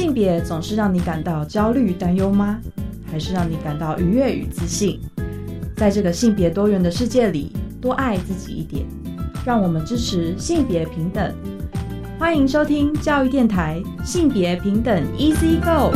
性别总是让你感到焦虑担忧吗？还是让你感到愉悦与自信？在这个性别多元的世界里，多爱自己一点，让我们支持性别平等。欢迎收听教育电台性别平等 Easy Go。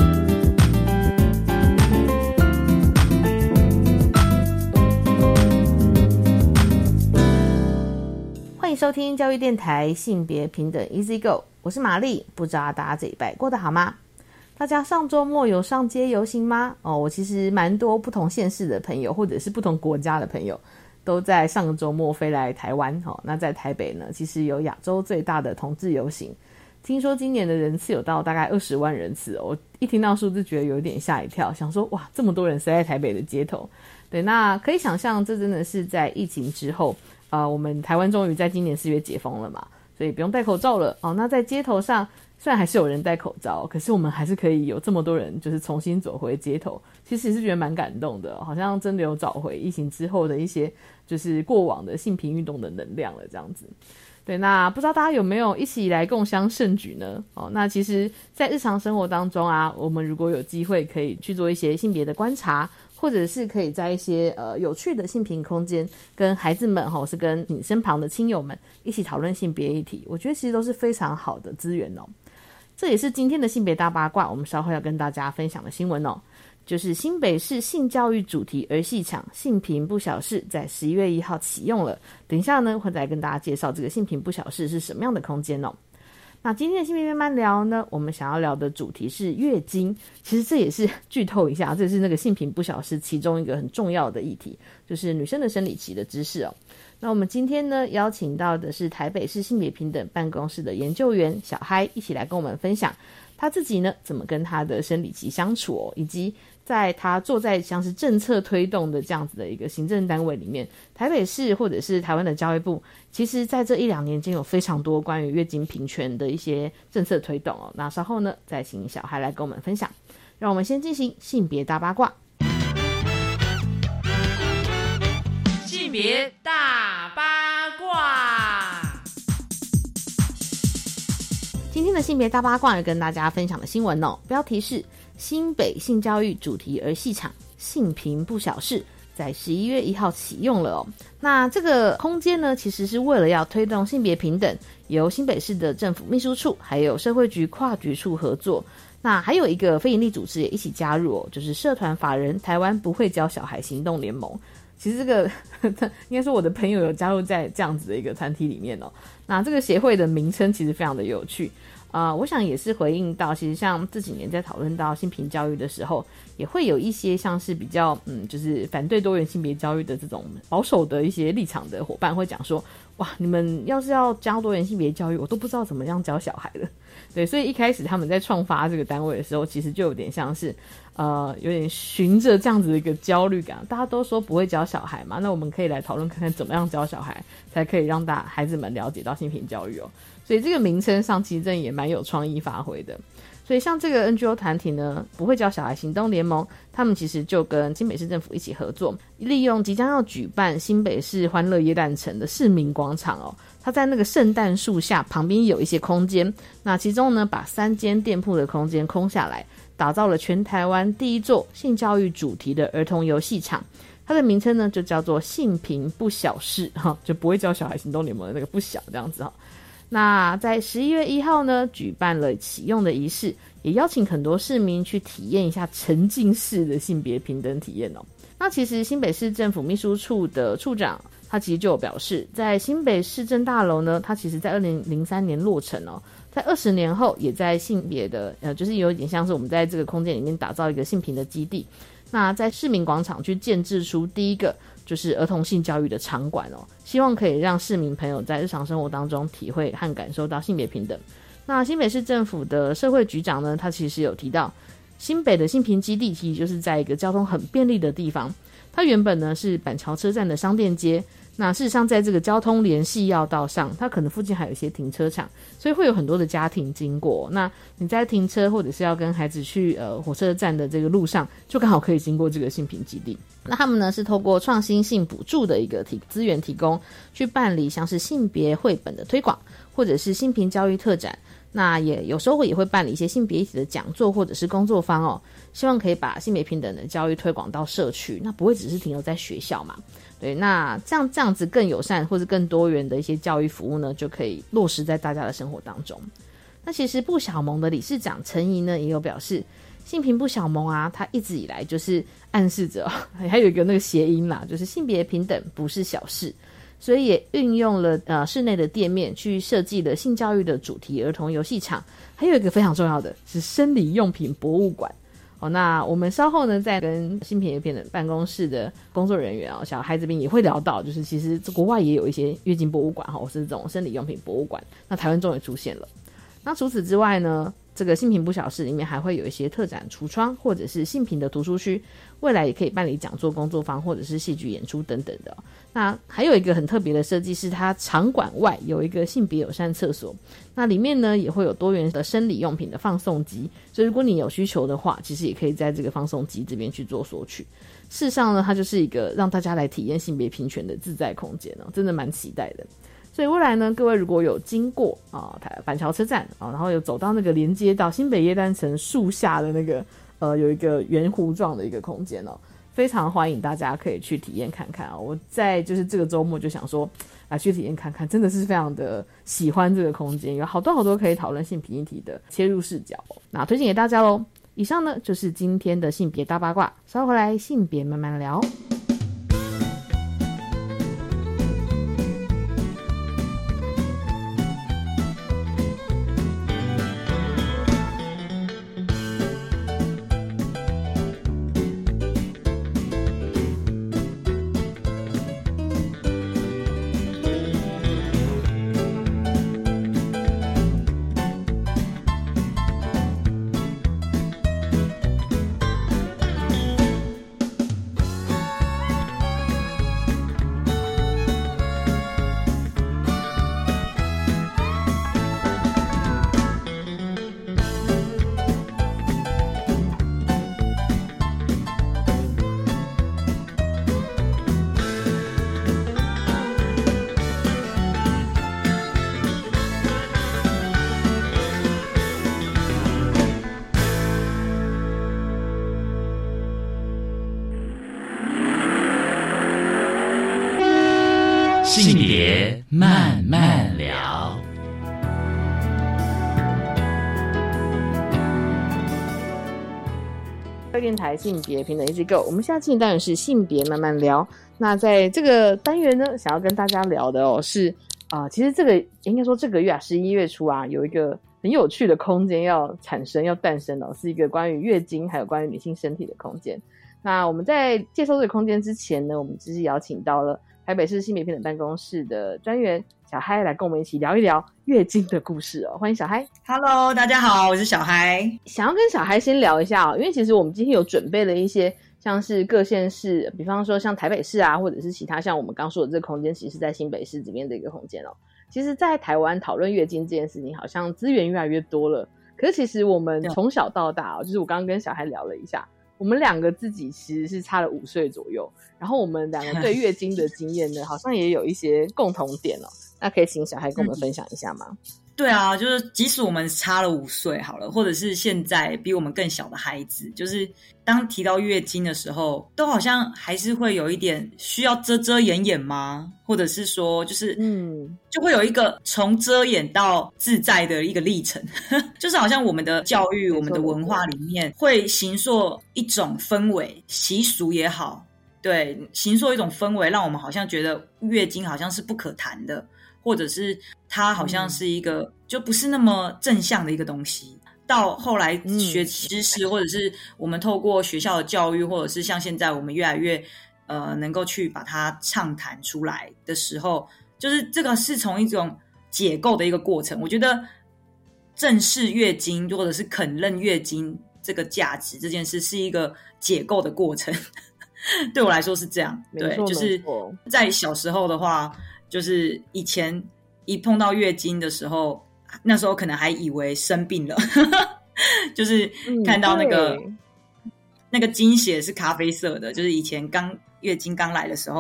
欢迎收听教育电台性别平等 Easy Go， 我是玛丽。不知道大家这礼拜过得好吗？大家上周末有上街游行吗？我其实蛮多不同县市的朋友或者是不同国家的朋友都在上个周末飞来台湾。那在台北呢，其实有亚洲最大的同志游行，听说今年的人次有到大概20万人次。我一听到数字觉得有点吓一跳，想说哇，这么多人塞在台北的街头。对，那可以想象这真的是在疫情之后我们台湾终于在今年4月解封了嘛，所以不用戴口罩了。那在街头上虽然还是有人戴口罩，可是我们还是可以有这么多人就是重新走回街头，其实是觉得蛮感动的，好像真的有找回疫情之后的一些就是过往的性平运动的能量了这样子。对，那不知道大家有没有一起来共襄盛举呢？那其实在日常生活当中我们如果有机会可以去做一些性别的观察，或者是可以在一些有趣的性平空间跟孩子们或是跟你身旁的亲友们一起讨论性别议题，我觉得其实都是非常好的资源哦。这也是今天的性别大八卦我们稍后要跟大家分享的新闻哦，就是新北市性教育主题儿戏场性平不小事在11月1号启用了。等一下呢会再跟大家介绍这个性平不小事是什么样的空间哦。那今天的性别慢慢聊呢，我们想要聊的主题是月经。其实这也是剧透一下，这是那个性平不小事其中一个很重要的议题，就是女生的生理期的知识哦。那我们今天呢邀请到的是台北市性别平等办公室的研究员小嗨，一起来跟我们分享他自己呢怎么跟他的生理期相处哦，以及在他坐在像是政策推动的这样子的一个行政单位里面，台北市或者是台湾的教育部，其实在这1-2年间有非常多关于月经平权的一些政策推动哦。那稍后呢再请小孩来跟我们分享。让我们先进行性别大八卦。 性别大八卦。 今天的性别大八卦要跟大家分享的新闻哦，标题是新北性教育主题儿戏场性平不小事在11月1号启用了哦。那这个空间呢，其实是为了要推动性别平等，由新北市的政府秘书处还有社会局跨局处合作。那还有一个非营利组织也一起加入哦，就是社团法人台湾不会教小孩行动联盟。其实这个应该说我的朋友有加入在这样子的一个团体里面哦。那这个协会的名称其实非常的有趣我想也是回应到，其实像这几年在讨论到性平教育的时候，也会有一些像是比较就是反对多元性别教育的这种保守的一些立场的伙伴会讲说，哇，你们要是要教多元性别教育，我都不知道怎么样教小孩了。对，所以一开始他们在创发这个单位的时候，其实就有点像是有点循着这样子的一个焦虑感，大家都说不会教小孩嘛，那我们可以来讨论看看怎么样教小孩才可以让孩子们了解到性平教育哦。所以这个名称上其实真的也蛮有创意发挥的。所以像这个 NGO 团体呢，不会教小孩行动联盟，他们其实就跟新北市政府一起合作，利用即将要举办新北市欢乐耶诞城的市民广场哦，它在那个圣诞树下旁边有一些空间，那其中呢把3间店铺的空间空下来，打造了全台湾第一座性教育主题的儿童游戏场。它的名称呢就叫做性平不小事就不会教小孩行动联盟的那个不小这样子那在11月1号呢举办了启用的仪式，也邀请很多市民去体验一下沉浸式的性别平等体验哦。那其实新北市政府秘书处的处长他其实就有表示，在新北市政大楼呢，它其实在2003年落成哦，在20年后也在性别的就是有点像是我们在这个空间里面打造一个性平的基地。那在市民广场去建置出第一个就是儿童性教育的场馆哦，希望可以让市民朋友在日常生活当中体会和感受到性别平等。那新北市政府的社会局长呢，他其实有提到，新北的性平基地其实就是在一个交通很便利的地方，它原本呢是板桥车站的商店街，那事实上在这个交通联系要道上，它可能附近还有一些停车场，所以会有很多的家庭经过，那你在停车或者是要跟孩子去火车站的这个路上，就刚好可以经过这个性平基地。那他们呢是透过创新性补助的一个资源提供，去办理像是性别绘本的推广，或者是性平教育特展。 那也有时候也会办理一些性别议题的讲座或者是工作坊哦，希望可以把性别平等的教育推广到社区，那不会只是停留在学校嘛。对，那这样子更友善或是更多元的一些教育服务呢，就可以落实在大家的生活当中。那其实不小盟的理事长陈怡呢，也有表示，性平不小盟啊，它一直以来就是暗示着，还有一个那个谐音啦，就是性别平等不是小事。所以也运用了室内的店面去设计了性教育的主题儿童游戏场，还有一个非常重要的是生理用品博物馆。那我们稍后呢再跟性平平等办公室的工作人员小孩这边也会聊到，就是其实国外也有一些月经博物馆或是这种生理用品博物馆，那台湾终于出现了。那除此之外呢，这个性平不小事里面还会有一些特展橱窗或者是性平的图书区，未来也可以办理讲座工作坊或者是戏剧演出等等的。那还有一个很特别的设计是它场馆外有一个性别友善厕所，那里面呢也会有多元的生理用品的放送机，所以如果你有需求的话，其实也可以在这个放送机这边去做索取。事实上呢，它就是一个让大家来体验性别平权的自在空间真的蛮期待的。所以未来呢，各位如果有经过板桥车站然后有走到那个连接到新北耶诞城树下的那个有一个圆弧状的一个空间非常欢迎大家可以去体验看看我在就是这个周末就想说来去体验看看，真的是非常的喜欢这个空间，有好多可以讨论性平议题的切入视角那推荐给大家咯。以上呢就是今天的性别大八卦，稍后回来性别慢慢聊。 性别慢慢聊。 电台性别平等一直 go， 我们现在进行单元是性别慢慢聊。那在这个单元呢，想要跟大家聊的是其实这个应该说这个月11月初有一个很有趣的空间要产生要诞生是一个关于月经还有关于女性身体的空间。那我们在介绍这个空间之前呢，我们只是邀请到了台北市性别平等办公室的专员小嗨来跟我们一起聊一聊月经的故事欢迎小嗨。 Hello， 大家好，我是小嗨。 想要跟小嗨先聊一下因为其实我们今天有准备了一些像是各县市，比方说像台北市或者是其他像我们刚说的这个空间其实是在新北市这边的一个空间其实在台湾讨论月经这件事情好像资源越来越多了，可是其实我们从小到大就是我刚刚跟小嗨聊了一下，我们两个自己其实是差了5岁左右，然后我们两个对月经的经验呢好像也有一些共同点那可以请小嗨跟我们分享一下吗？ 对啊，就是即使我们差了5岁好了，或者是现在比我们更小的孩子，就是当提到月经的时候，都好像还是会有一点需要遮遮掩掩吗？或者是说就是就会有一个从遮掩到自在的一个历程就是好像我们的教育我们的文化里面会形塑一种氛围，习俗也好，对，形塑一种氛围，让我们好像觉得月经好像是不可谈的，或者是它好像是一个就不是那么正向的一个东西。到后来学知识，或者是我们透过学校的教育，或者是像现在我们越来越能够去把它畅谈出来的时候，就是这个是从一种解构的一个过程。我觉得正视月经或者是肯认月经这个价值这件事是一个解构的过程对我来说是这样。对，就是在小时候的话，就是以前一碰到月经的时候，那时候可能还以为生病了就是看到那个经血是咖啡色的，就是以前月经刚来的时候，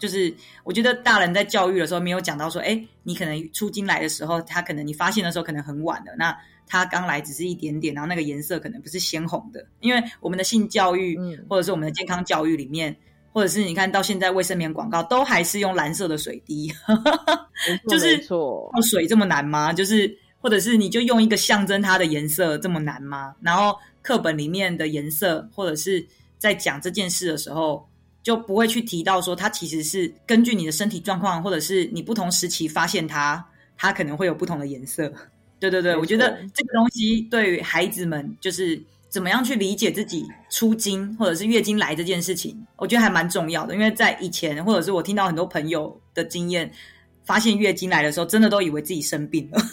就是我觉得大人在教育的时候没有讲到说，你可能出经来的时候，他可能你发现的时候可能很晚了，那他刚来只是一点点，然后那个颜色可能不是鲜红的，因为我们的性教育或者是我们的健康教育里面，或者是你看到现在卫生棉广告都还是用蓝色的水滴就是水这么难吗？就是或者是你就用一个象征它的颜色这么难吗？然后课本里面的颜色或者是在讲这件事的时候就不会去提到说它其实是根据你的身体状况，或者是你不同时期发现它可能会有不同的颜色。对对对，我觉得这个东西对于孩子们就是怎么样去理解自己出经或者是月经来这件事情，我觉得还蛮重要的。因为在以前或者是我听到很多朋友的经验，发现月经来的时候真的都以为自己生病了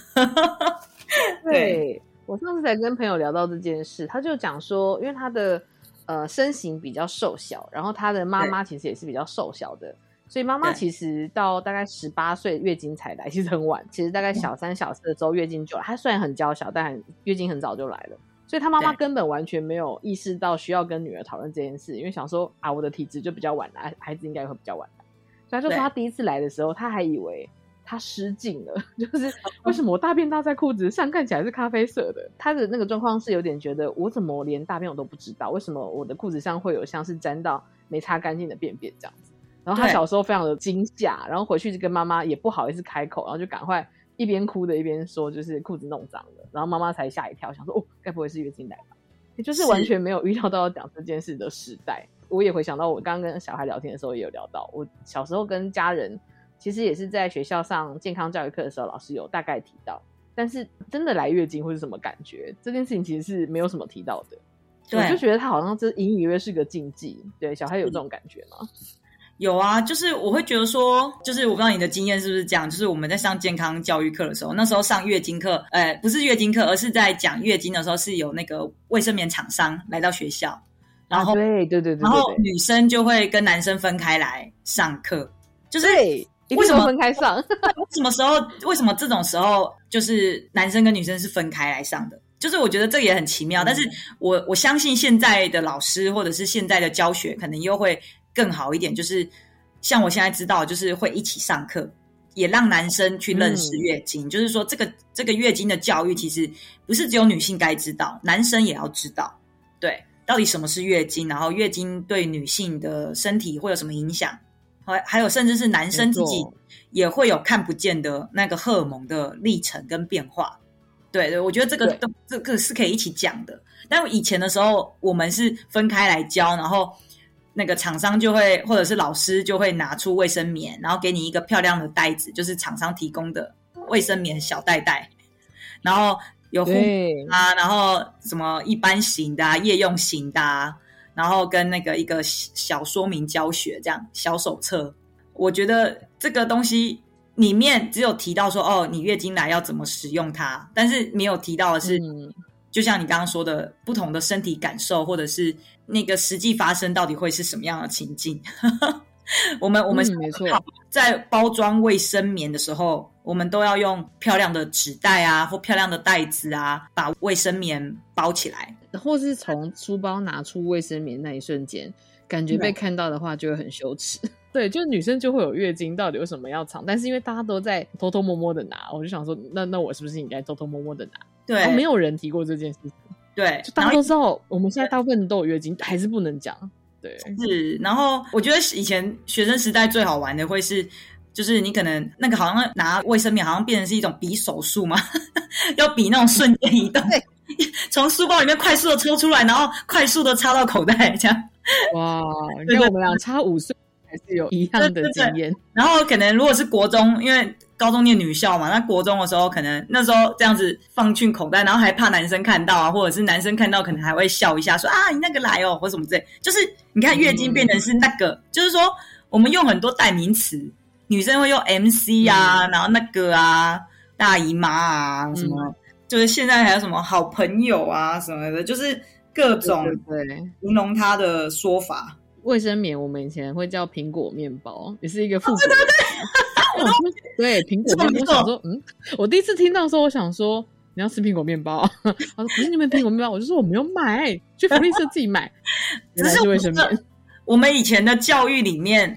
对，我上次才跟朋友聊到这件事，他就讲说因为他的身形比较瘦小，然后他的妈妈其实也是比较瘦小的，所以妈妈其实到大概18岁月经才来，其实很晚，其实大概小3小4的时候月经就来，她虽然很娇小，但月经很早就来了，所以她妈妈根本完全没有意识到需要跟女儿讨论这件事，因为想说啊，我的体质就比较晚来，孩子应该会比较晚来，所以她就说她第一次来的时候，她还以为她失禁了，就是为什么我大便搭在裤子上看起来是咖啡色的，她的那个状况是有点觉得我怎么连大便我都不知道，为什么我的裤子上会有像是沾到没擦干净的便便这样子，然后她小时候非常的惊吓，然后回去就跟妈妈也不好意思开口，然后就赶快一边哭的一边说就是裤子弄脏了，然后妈妈才吓一跳，想说哦，该不会是月经来吧，也就是完全没有预料到要讲这件事的时代。我也回想到我刚刚跟小孩聊天的时候也有聊到，我小时候跟家人其实也是在学校上健康教育课的时候老师有大概提到，但是真的来月经会是什么感觉这件事情其实是没有什么提到的，我就觉得他好像这隐隐约约是个禁忌。对，小孩有这种感觉吗？ 有啊，就是我会觉得说，就是我不知道你的经验是不是这样，就是我们在上健康教育课的时候，那时候上月经课，不是月经课，而是在讲月经的时候是有那个卫生棉厂商来到学校，然后对，然后女生就会跟男生分开来上课，就是为什么分开上？ 为什么这种时候就是男生跟女生是分开来上的？就是我觉得这个也很奇妙，但是我相信现在的老师或者是现在的教学可能又会更好一点，就是像我现在知道就是会一起上课，也让男生去认识月经，就是说这个月经的教育其实不是只有女性该知道，男生也要知道，对，到底什么是月经，然后月经对女性的身体会有什么影响，还有甚至是男生自己也会有看不见的那个荷尔蒙的历程跟变化。对，我觉得这个是可以一起讲的，但以前的时候我们是分开来教，然后那个厂商就会或者是老师就会拿出卫生棉，然后给你一个漂亮的袋子，就是厂商提供的卫生棉小袋袋，然后有护啊，然后什么一般型的啊，夜用型的啊，然后跟那个一个小说明教学这样小手册。我觉得这个东西里面只有提到说哦，你月经来要怎么使用它，但是没有提到的是就像你刚刚说的不同的身体感受，或者是那个实际发生到底会是什么样的情境我们没错， 在包装卫生棉的时候，我们都要用漂亮的纸袋啊或漂亮的袋子啊把卫生棉包起来， 或是从书包拿出卫生棉那一瞬间感觉被看到的话就会很羞耻对，就女生就会有月经到底为什么要藏，但是因为大家都在偷偷摸摸的拿，我就想说那我是不是应该偷偷摸摸的拿， 对， 没有人提过这件事情， 对， 就大家都知道我们现在大部分都有月经还是不能讲，对， 是。然后我觉得以前学生时代最好玩的会是就是你可能那个好像拿卫生棉好像变成是一种比手术嘛要比那种瞬间移动从书包里面快速的抽出来，然后快速的插到口袋这样。 哇，你看我们俩差5岁还是有一样的经验。 然后可能如果是国中，因为高中念女校嘛，那国中的时候可能那时候这样子放进口袋，然后还怕男生看到啊，或者是男生看到可能还会笑一下说啊你那个来哦或什么之类，就是你看月经变成是那个就是说我们用很多代名词，女生会用 MC 啊然后那个啊大姨妈啊什么就是现在还有什么好朋友啊什么的，就是各种形容它的说法。 卫生棉我们以前会叫苹果面包，也是一个复古的对苹果面包。我想说我第一次听到的时候我想说你要吃苹果面包他说可是你们苹果面包，我就说我没有买，去福利社自己买原来是卫生棉。 我们以前的教育里面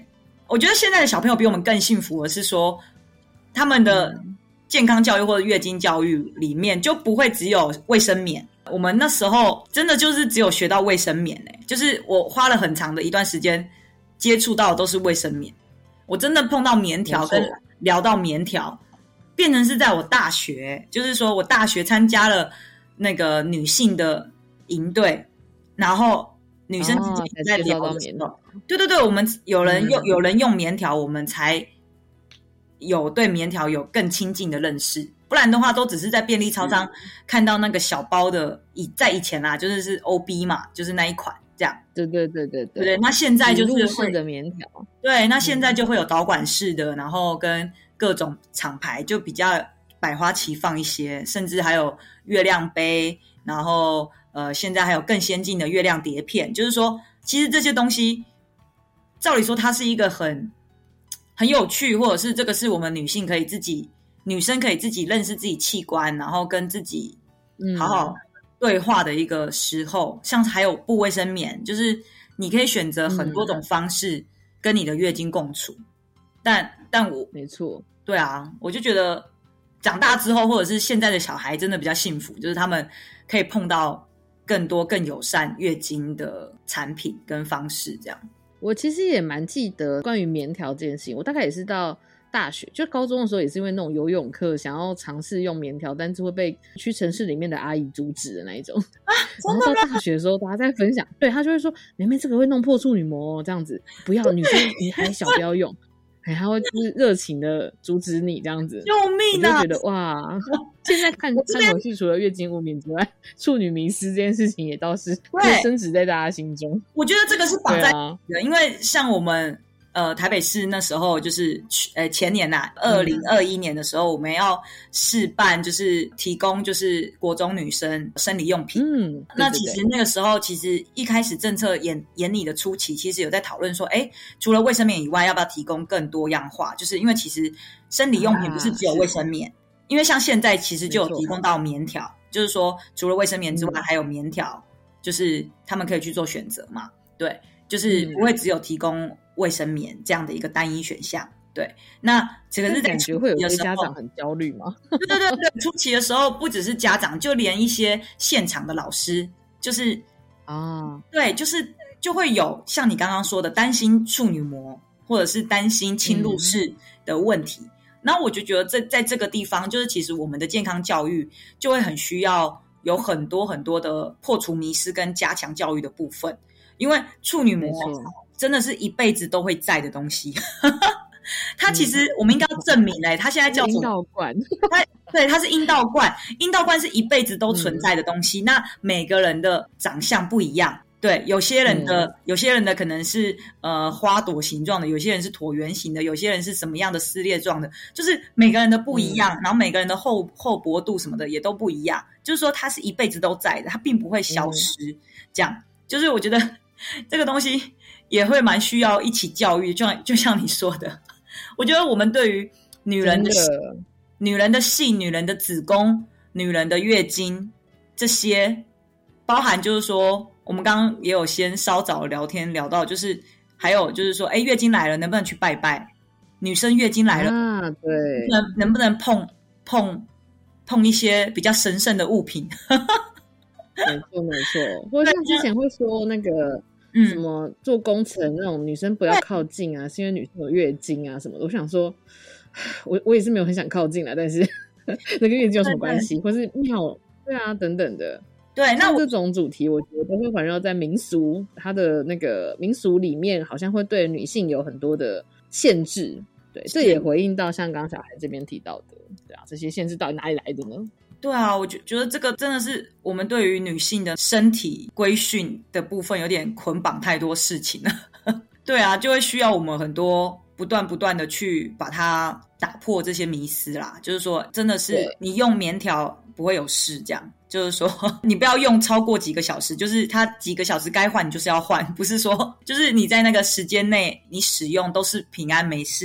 我觉得现在的小朋友比我们更幸福的是说，他们的健康教育或者月经教育里面就不会只有卫生棉。我们那时候真的就是只有学到卫生棉就是我花了很长的一段时间接触到的都是卫生棉。我真的碰到棉条跟聊到棉条，变成是在我大学，就是说我大学参加了那个女性的营队，然后女生之间也在聊的时候，对对对，我们有人用棉条，我们才有对棉条有更亲近的认识。不然的话都只是在便利超商看到那个小包的，在以前啦，就是OB 嘛，就是那一款这样。 对对对对对对。 那现在就是会的棉条， 对，那现在就会有导管式的，然后跟各种厂牌就比较百花齐放一些，甚至还有月亮杯，然后现在还有更先进的月亮碟片。就是说其实这些东西照理说它是一个很有趣，或者是这个是我们女生可以自己认识自己器官，然后跟自己好好对话的一个时候。像还有布卫生棉，就是你可以选择很多种方式跟你的月经共处。但我没错， 对啊，我就觉得长大之后或者是现在的小孩真的比较幸福，就是他们可以碰到更多更友善月经的产品跟方式这样。 我其实也蛮记得关于棉条这件事情，我大概也是到大学，就高中的时候也是因为那种游泳课想要尝试用棉条，但是会被去城市里面的阿姨阻止的那一种然后到大学的时候大家在分享，对，他就会说妹妹这个会弄破处女膜这样子，不要，女生你还小不要用他会就是热情的阻止你这样子。 救命啊！ 我就觉得哇，现在看回去，除了月经污名之外，处女迷思这件事情也倒是会深植在大家心中。 我觉得这个是绑在的，因为像我们台北市那时候就是前年2021年的时候，我们要试办就是提供就是国中女生生理用品。那其实那个时候其实一开始政策研拟的初期，其实有在讨论说除了卫生棉以外要不要提供更多样化，就是因为其实生理用品不是只有卫生棉，因为像现在其实就有提供到棉条，就是说除了卫生棉之外还有棉条，就是他们可以去做选择嘛。对，就是不会只有提供卫生棉这样的一个单一选项。对，那这个是在感觉会有些家长很焦虑吗？ 对对对对，初期的时候不只是家长，就连一些现场的老师，就是对，就会有像你刚刚说的担心处女膜，或者是担心侵入式的问题。那我就觉得在这个地方，就是其实我们的健康教育就会很需要有很多很多的破除迷思跟加强教育的部分，因为处女膜真的是一辈子都会在的东西。它其实我们应该要证明它现在叫什么？阴道罐。 对，它是阴道罐。阴道罐是一辈子都存在的东西。那每个人的长相不一样，对，有些人的可能是花朵形状的，有些人是椭圆形的，有些人是什么样的撕裂状的，就是每个人的不一样，然后每个人的厚薄度什么的也都不一样。就是说它是一辈子都在的，它并不会消失。这样，就是我觉得这个东西也会蛮需要一起教育，就像你说的，我觉得我们对于女人的性、女人的子宫、女人的月经这些，包含就是说，我们刚刚也有先稍早聊天聊到，就是还有就是说，月经来了能不能去拜拜？女生月经来了， 对， 能不能碰一些比较神圣的物品？ 没错，或者像之前会说那个什么做工程那种女生不要靠近啊，是因为女生有月经啊什么的。我想说，我也是没有很想靠近啦，但是那个月经有什么关系？或是庙，对啊等等的。 对，那这种主题我觉得都会环绕在民俗，它的那个民俗里面好像会对女性有很多的限制。对，这也回应到像刚刚小孩这边提到的，对啊，这些限制到底哪里来的呢？ 对啊，我觉得这个真的是我们对于女性的身体规训的部分有点捆绑太多事情了。对啊，就会需要我们很多不断的去把它打破这些迷思啦。就是说真的是你用棉条不会有事，这样就是说你不要用超过几个小时，就是它几个小时该换你就是要换，不是说就是你在那个时间内你使用都是平安没事的。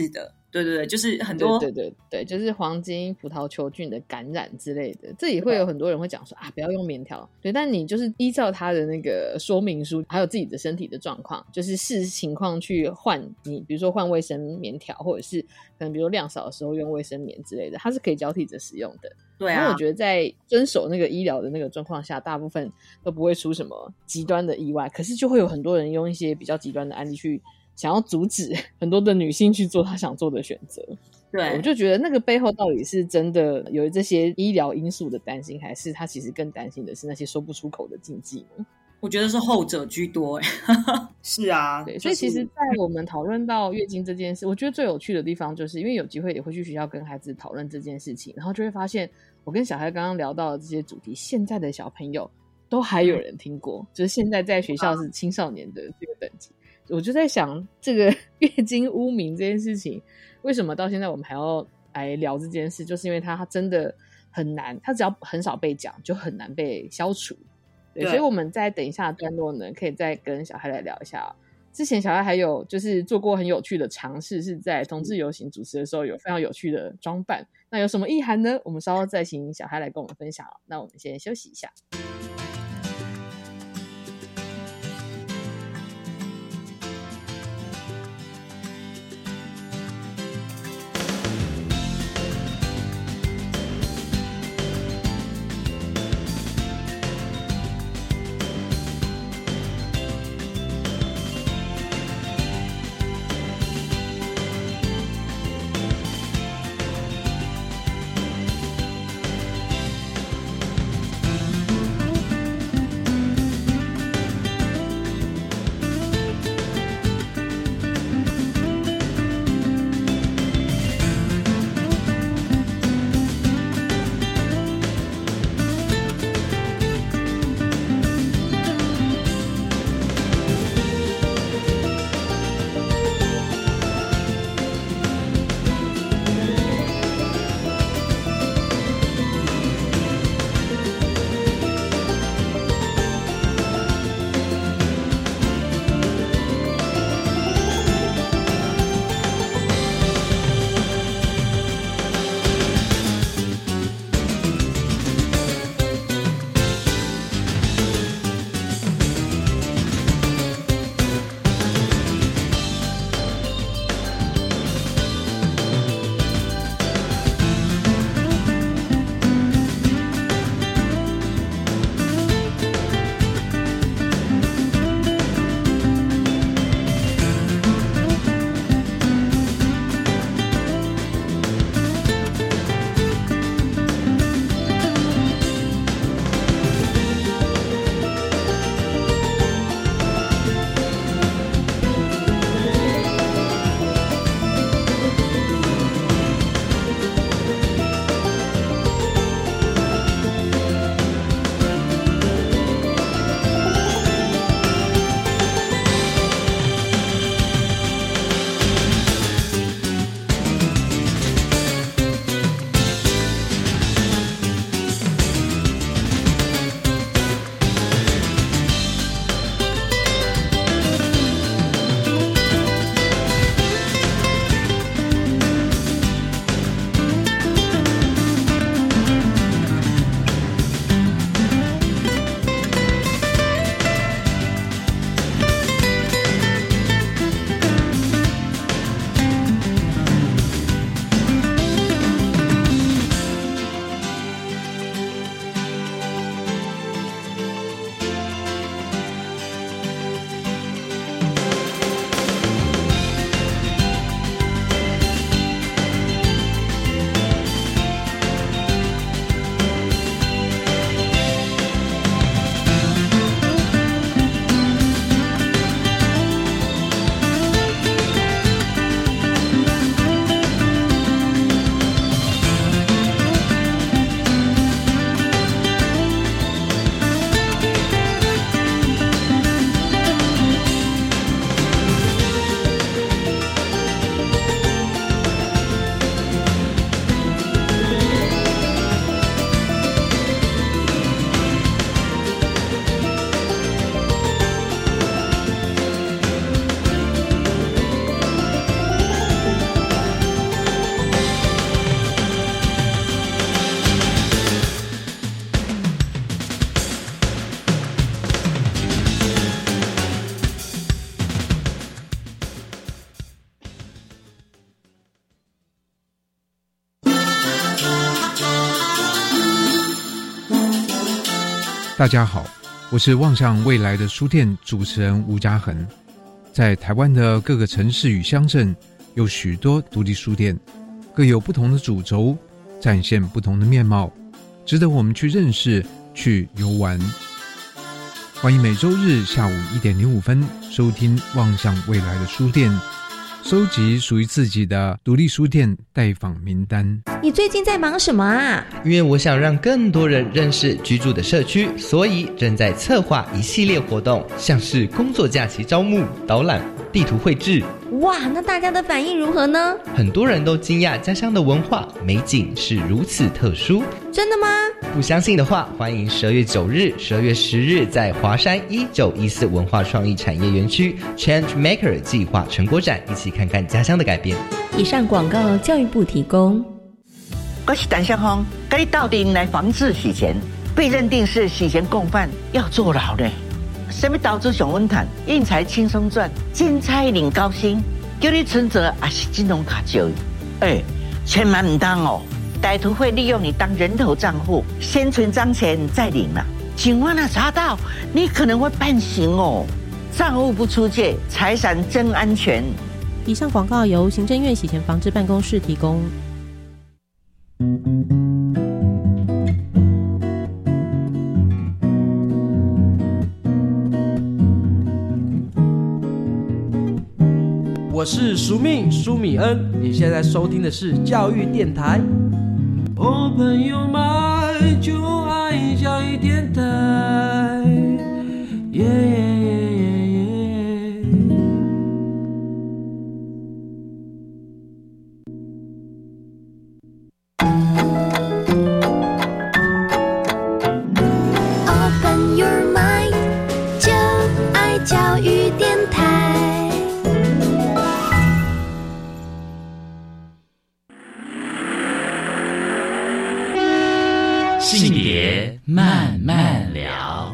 对对对，就是很多对，就是黄金葡萄球菌的感染之类的，这也会有很多人会讲说啊，不要用棉条。对，但你就是依照它的那个说明书，还有自己的身体的状况，就是视情况去换你，比如说换卫生棉条，或者是可能比如量少的时候用卫生棉之类的，它是可以交替着使用的。 对啊， 然后我觉得在遵守那个医疗的那个状况下，大部分都不会出什么极端的意外，可是就会有很多人用一些比较极端的案例去想要阻止很多的女性去做她想做的选择。 对， 我就觉得那个背后到底是真的有这些医疗因素的担心，还是他其实更担心的是那些说不出口的禁忌呢？ 我觉得是后者居多是啊， 对，所以其实在我们讨论到月经这件事，我觉得最有趣的地方就是因为有机会也会去学校跟孩子讨论这件事情，然后就会发现我跟小孩刚刚聊到的这些主题，现在的小朋友都还有人听过，就是现在在学校是青少年的这个等级。我就在想这个月经污名这件事情为什么到现在我们还要来聊这件事，就是因为它真的很难，它只要很少被讲就很难被消除。 对，所以我们再等一下的段落呢，可以再跟小孩来聊一下之前小孩还有就是做过很有趣的尝试，是在同志游行主持的时候有非常有趣的装扮，那有什么意涵呢？我们稍后再请小孩来跟我们分享。那我们先休息一下。 大家好，我是望向未来的书店主持人吴嘉恒。在台湾的各个城市与乡镇，有许多独立书店，各有不同的主轴，展现不同的面貌，值得我们去认识、去游玩。欢迎每周日下午1点05分收听望向未来的书店，收集属于自己的独立书店待访名单。 你最近在忙什么啊？ 因为我想让更多人认识居住的社区，所以正在策划一系列活动，像是工作假期招募、导览、地图绘制。 哇，那大家的反应如何呢？ 很多人都惊讶家乡的文化美景是如此特殊。 真的吗？ 不相信的话，欢迎12月9日、12月10日在华山1914文化创意产业园区 Change Maker 计划成果展，一起看看家乡的改变。 以上广告教育部提供。 我是陈相峰，跟你到底来防治洗钱，被认定是洗钱共犯，要坐牢呢。什么投资上稳赚，运财轻松赚，金财领高薪，叫你存折还是金融卡交易？千万唔当哦！歹徒会利用你当人头账户，先存张钱再领了。警方查到，你可能会判刑哦。账户不出借，财产真安全。 以上广告由行政院洗钱防治办公室提供。 我是苏米恩，你现在收听的是教育电台。Open your mind， 就爱教育电台。 Open your mind， 就爱教育电台。 性别慢慢聊。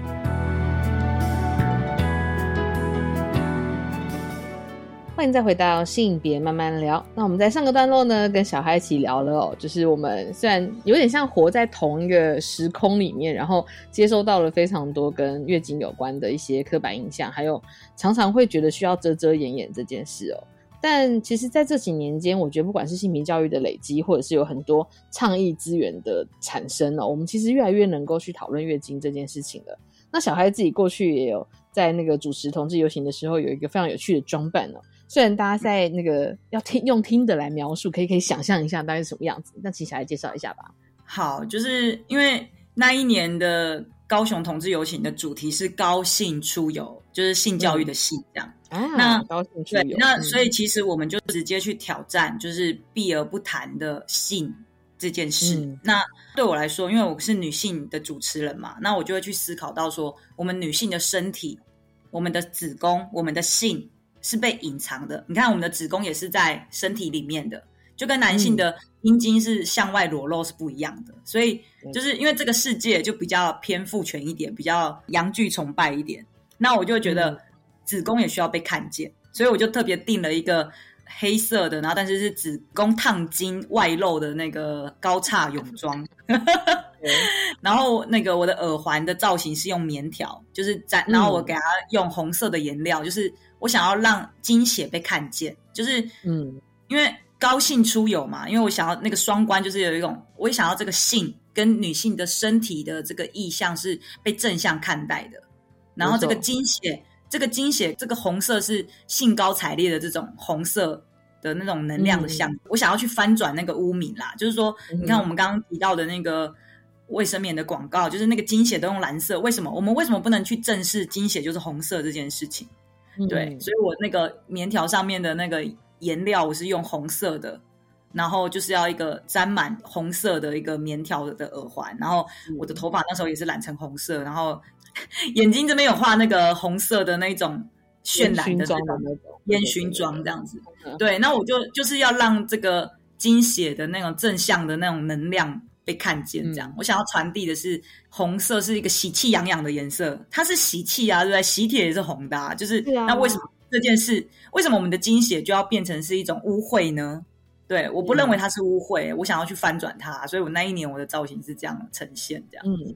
欢迎再回到性别慢慢聊。那我们在上个段落呢，跟小孩一起聊了哦，就是我们虽然有点像活在同一个时空里面，然后接收到了非常多跟月经有关的一些刻板印象，还有常常会觉得需要遮遮掩掩这件事哦。但其实在这几年间，我觉得不管是性平教育的累积，或者是有很多倡议资源的产生哦，我们其实越来越能够去讨论月经这件事情了。那小孩自己过去也有在那个主持同志游行的时候有一个非常有趣的装扮哦，虽然大家在那个要用听的来描述，可以想象一下大概是什么样子，那请小孩介绍一下吧。 好，就是因为那一年的高雄同志游行的主题是高性出游，就是性教育的性这样。那高性出游， 对，那所以其实我们就直接去挑战，就是避而不谈的性这件事。那对我来说，因为我是女性的主持人嘛，那我就会去思考到说，我们女性的身体、我们的子宫、我们的性是被隐藏的。你看，我们的子宫也是在身体里面的，就跟男性的阴茎是向外裸露是不一样的。所以就是因为这个世界就比较偏父权一点，比较阳具崇拜一点，那我就觉得子宫也需要被看见，所以我就特别订了一个黑色的，然后但是是子宫烫金外露的那个高叉泳装然后那个我的耳环的造型是用棉条，就是然后我给它用红色的颜料，就是我想要让经血被看见，就是因为高性出游嘛，因为我想要那个双关，就是有一种我也想要这个性跟女性的身体的这个意象是被正向看待的，然后这个经血这个红色是兴高采烈的这种红色的那种能量的象征，我想要去翻转那个污名啦，就是说你看我们刚刚提到的那个卫生棉的广告，就是那个经血都用蓝色，我们为什么不能去正视经血就是红色这件事情？对，所以我那个棉条上面的那个颜料我是用红色的，然后就是要一个沾满红色的一个棉条的耳环，然后我的头发那时候也是染成红色，然后眼睛这边有画那个红色的那种渲染的那种烟熏妆这样子。对，那我就是要让这个经血的那种正向的那种能量被看见这样。我想要传递的是红色是一个喜气洋洋的颜色，它是喜气啊，对不对？喜帖也是红的啊，就是那为什么这件事，为什么我们的经血就要变成是一种污秽呢？对，我不认为它是污秽，我想要去翻转它，所以我那一年我的造型是这样呈现这样。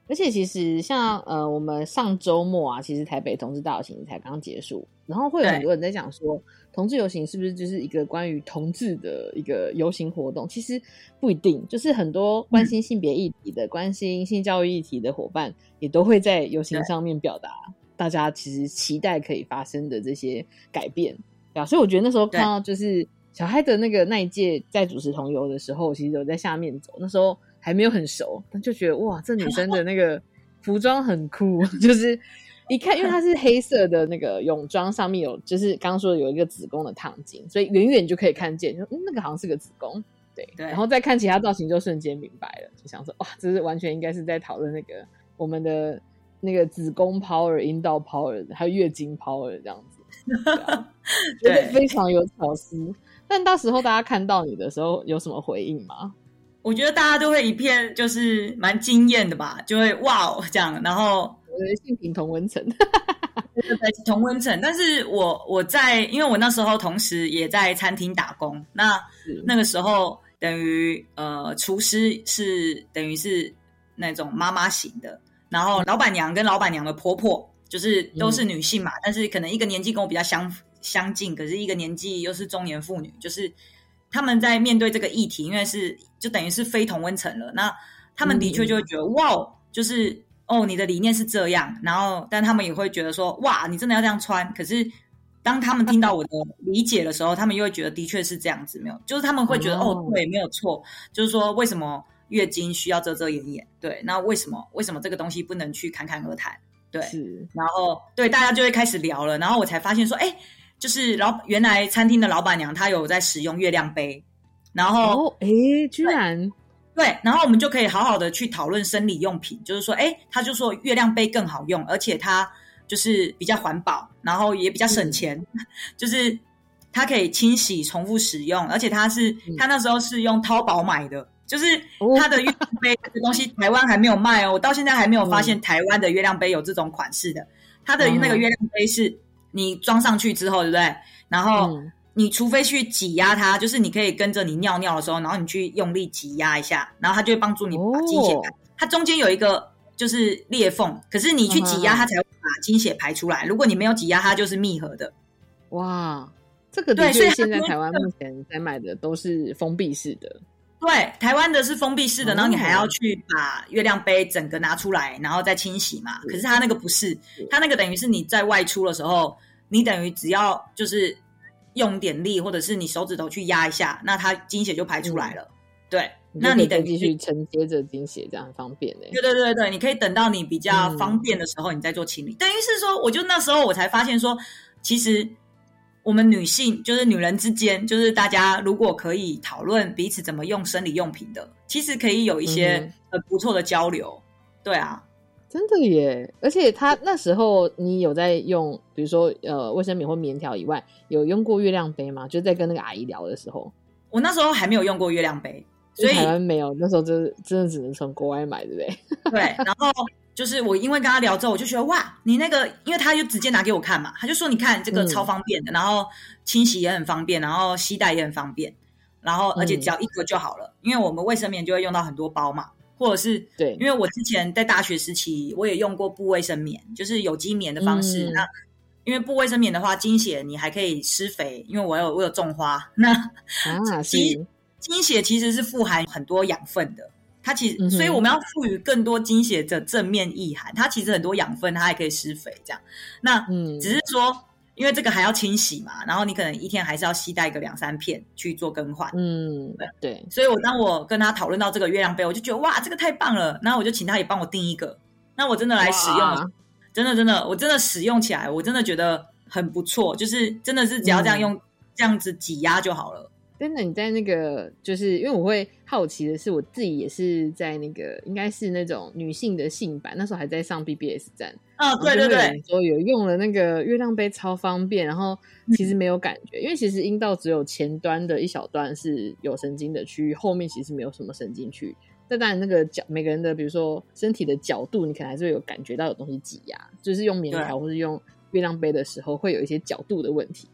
而且其实像我们上周末啊，其实台北同志大游行才刚结束，然后会有很多人在讲说，同志游行是不是就是一个关于同志的一个游行活动？其实不一定，就是很多关心性别议题的、关心性教育议题的伙伴，也都会在游行上面表达大家其实期待可以发生的这些改变，对啊。所以我觉得那时候看到就是小嗨的那一届在主持同游的时候，其实有在下面走，那时候还没有很熟，但就觉得哇，这女生的那个服装很酷，就是一看，因为它是黑色的那个泳装，上面有就是刚刚说的有一个子宫的烫金，所以远远就可以看见，就那个好像是个子宫，对。然后再看其他造型，就瞬间明白了，就想说哇，这是完全应该是在讨论那个我们的那个子宫 power、阴道 power， 还有月经 power 这样子，对啊，觉得非常有巧思。但到时候大家看到你的时候，有什么回应吗？ 我觉得大家都会一片就是蛮惊艳的吧，就会哇哦这样，然后性平同温层， 对，同温层。但是我在，因为我那时候同时也在餐厅打工，那个时候等于厨师是等于是那种妈妈型的，然后老板娘跟老板娘的婆婆就是都是女性嘛，但是可能一个年纪跟我比较相近，可是一个年纪又是中年妇女，就是他们在面对这个议题，因为是就等于是非同温层了，那他们的确就会觉得哇，就是你的理念是这样，然后但他们也会觉得说哇，你真的要这样穿。可是当他们听到我的理解的时候，他们又会觉得的确是这样子，没有，就是他们会觉得对，没有错，就是说为什么月经需要遮遮掩掩？对，那为什么这个东西不能去侃侃而谈？对，然后对大家就会开始聊了，然后我才发现说，就是原来餐厅的老板娘她有在使用月亮杯，然后居然对，然后我们就可以好好的去讨论生理用品，就是说他就说月亮杯更好用，而且它就是比较环保，然后也比较省钱，就是它可以清洗重复使用，而且它那时候是用淘宝买的，就是它的月亮杯这个东西台湾还没有卖哦，我到现在还没有发现台湾的月亮杯有这种款式的。它的那个月亮杯是你装上去之后，对不对？然后你除非去挤压它，就是你可以跟着你尿尿的时候，然后你去用力挤压一下，然后它就会帮助你把经血排。它中间有一个就是裂缝，可是你去挤压它才会把经血排出来。如果你没有挤压它，就是密合的。 哇，这个的确现在台湾目前在买的都是封闭式的。 对，台湾的是封闭式的，然后你还要去把月亮杯整个拿出来，然后再清洗嘛。可是它那个不是，它那个等于是你在外出的时候，你等于只要就是用点力，或者是你手指头去压一下，那它经血就排出来了。对，那你等于继续承接着经血，这样很方便欸。 对，你可以等到你比较方便的时候，你再做清理。等于是说，我就那时候我才发现说，其实我们女性就是女人之间，就是大家如果可以讨论彼此怎么用生理用品的，其实可以有一些不错的交流。对啊， 真的耶！而且他那时候你有在用，比如说卫生棉或棉条以外，有用过月亮杯吗？就在跟那个阿姨聊的时候， 我那时候还没有用过月亮杯，所以台湾没有，那时候真的只能从国外买，对不对？ 对，然后就是我因为跟他聊之后，我就觉得哇，你那个，因为他就直接拿给我看嘛，他就说你看这个超方便的，然后清洗也很方便，然后携带也很方便，然后而且只要一个就好了，因为我们卫生棉就会用到很多包嘛，或者是对，因为我之前在大学时期我也用过布卫生棉，就是有机棉的方式，那因为布卫生棉的话，经血你还可以施肥，因为我有种花，那经血其实是富含很多养分的。它其实，所以我们要赋予更多经血的正面意涵。它其实很多养分，它还可以施肥这样。那只是说，因为这个还要清洗嘛，然后你可能一天还是要携带个2-3片去做更换。 对。 所以当我跟他讨论到这个月亮杯，我就觉得哇，这个太棒了。然后我就请他也帮我订一个。那我真的来使用，真的，我真的使用起来，我真的觉得很不错。就是真的是只要这样用，这样子挤压就好了。 真的，你在那个，就是因为我会好奇的是，我自己也是在那个应该是那种女性的性版，那时候还在上 BBS 站对， 说有用了那个月亮杯超方便，然后其实没有感觉，因为其实阴道只有前端的一小段是有神经的区域，后面其实没有什么神经区域。但当然那个每个人的比如说身体的角度，你可能还是会有感觉到有东西挤压，就是用棉条或是用月亮杯的时候会有一些角度的问题。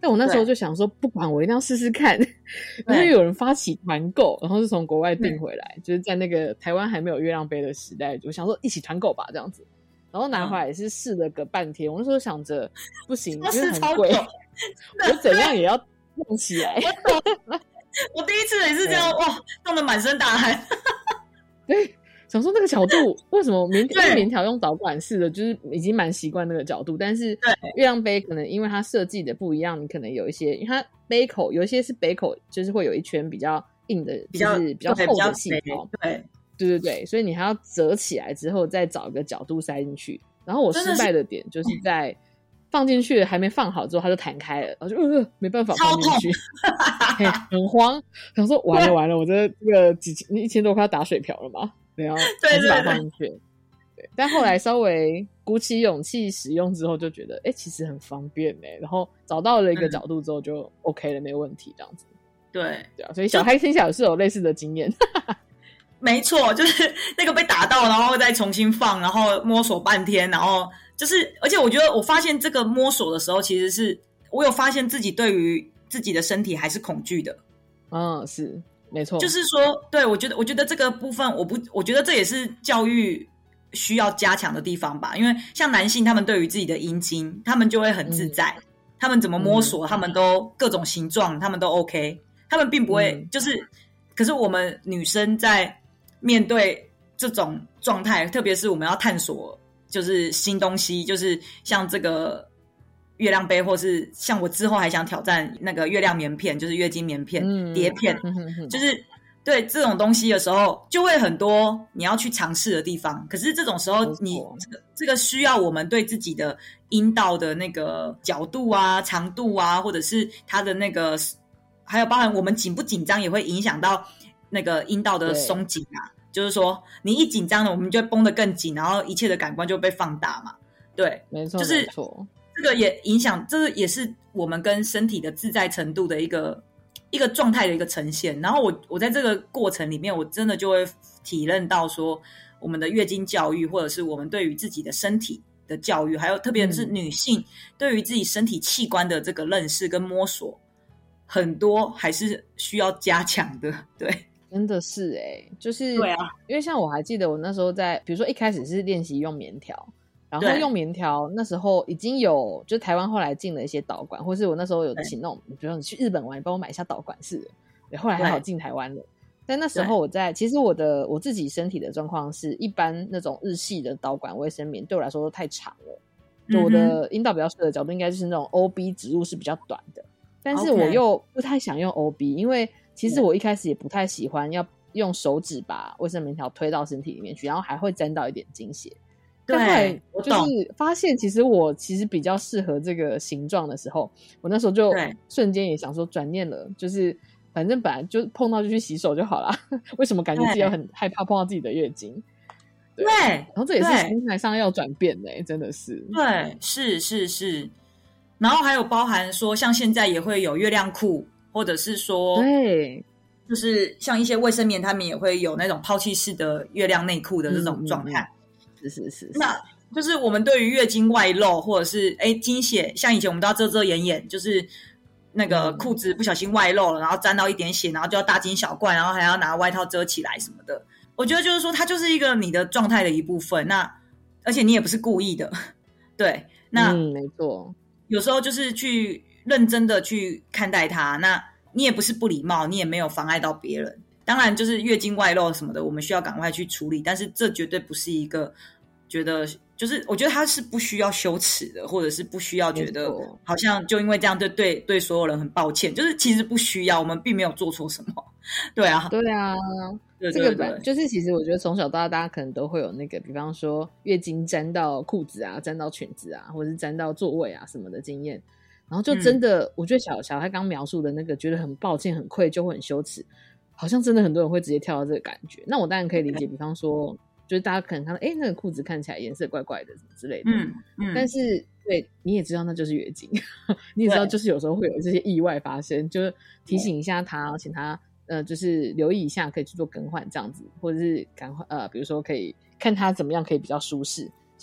但我那时候就想说，不管我一定要试试看。然后有人发起团购，然后是从国外订回来，就是在那个台湾还没有月亮杯的时代，我想说一起团购吧这样子。然后拿回来也是试了个半天，我那时候想着不行，因为很贵，我怎样也要用起来。 我第一次也是这样，哇，弄得满身大汗。 对，想说那个角度为什么棉条用导管式的，就是已经蛮习惯那个角度，但是月亮杯可能因为它设计的不一样，你可能有一些，因为它杯口有一些是杯口，就是会有一圈比较硬的，就是比较厚的细胞。对，所以你还要折起来之后再找一个角度塞进去。然后我失败的点就是在放进去还没放好之后它就弹开了，然后就没办法放进去。很慌，想说完了，我这个1000多块打水漂了嘛，然后还是把它放进去。对，但后来稍微鼓起勇气使用之后就觉得其实很方便然后找到了一个角度之后就 OK 了，没有问题这样子。对啊，所以小孩听起来是有类似的经验。 没错，就是那个被打到然后再重新放，然后摸索半天，然后就是而且我觉得我发现这个摸索的时候，其实是我有发现自己对于自己的身体还是恐惧的。 是没错， 就是说对，我觉得这个部分我觉得这也是教育需要加强的地方吧。因为像男性他们对于自己的阴茎他们就会很自在，他们怎么摸索他们都各种形状他们都 OK， 他们并不会就是可是我们女生在面对这种状态，特别是我们要探索就是新东西，就是像这个月亮杯，或是像我之后还想挑战那个月亮棉片，就是月经棉片、碟片，就是对这种东西的时候就会很多你要去尝试的地方。可是这种时候你这个需要我们对自己的阴道的那个角度啊、长度啊，或者是它的那个还有包含我们紧不紧张也会影响到那个阴道的松紧啊。就是说你一紧张了我们就会绷得更紧，然后一切的感官就被放大嘛。对， 没错， 就是没错， 这个也影响，这也是我们跟身体的自在程度的一个状态的一个呈现。然后我在这个过程里面我真的就会体认到说我们的月经教育，或者是我们对于自己的身体的教育，还有特别是女性对于自己身体器官的这个认识跟摸索，很多还是需要加强的。对， 真的是就是对啊， 因为像我还记得我那时候在比如说一开始是练习用棉条，然后用棉条那时候已经有就台湾后来进了一些导管，或是我那时候有请那种比如说你去日本玩你帮我买一下导管式的，后来还好进台湾了。但那时候其实我自己身体的状况是一般那种日系的导管卫生棉对我来说都太长了，就我的阴道比较适合的角度应该就是那种 OB 植入是比较短的，但是我又不太想用 OB， 因为其实我一开始也不太喜欢要用手指把卫生棉条推到身体里面去，然后还会沾到一点经血。但后来就是发现其实我比较适合这个形状的时候，我那时候就瞬间也想说转念了，就是反正本来就碰到就去洗手就好啦，为什么感觉自己要很害怕碰到自己的月经？对，然后这也是心态上要转变真的是。 对，是。然后还有包含说像现在也会有月亮裤，或者是说对， 就是像一些卫生棉他们也会有那种抛弃式的月亮内裤的这种状态。 是。 那就是我们对于月经外露或者是经血，像以前我们都要遮遮掩掩，就是那个裤子不小心外露了，然后沾到一点血，然后就要大惊小怪，然后还要拿外套遮起来什么的。我觉得就是说它就是一个你的状态的一部分，那而且你也不是故意的。对，那没错， 有时候就是去认真的去看待它，那你也不是不礼貌，你也没有妨碍到别人。当然就是月经外露什么的我们需要赶快去处理，但是这绝对不是一个觉得就是我觉得它是不需要羞耻的，或者是不需要觉得好像就因为这样对所有人很抱歉，就是其实不需要，我们并没有做错什么。对啊对，这个就是其实我觉得从小到大大家可能都会有那个比方说月经沾到裤子啊，沾到裙子啊，或者是沾到座位啊什么的经验，然后就真的我觉得小孩刚描述的那个觉得很抱歉很愧疚会很羞耻，好像真的很多人会直接跳到这个感觉。那我当然可以理解比方说就是大家可能看到那个裤子看起来颜色怪怪的什么之类的，但是对你也知道那就是月经你也知道就是有时候会有这些意外发生，就是提醒一下他，请他就是留意一下可以去做更换这样子，或者是比如说可以看他怎么样可以比较舒适，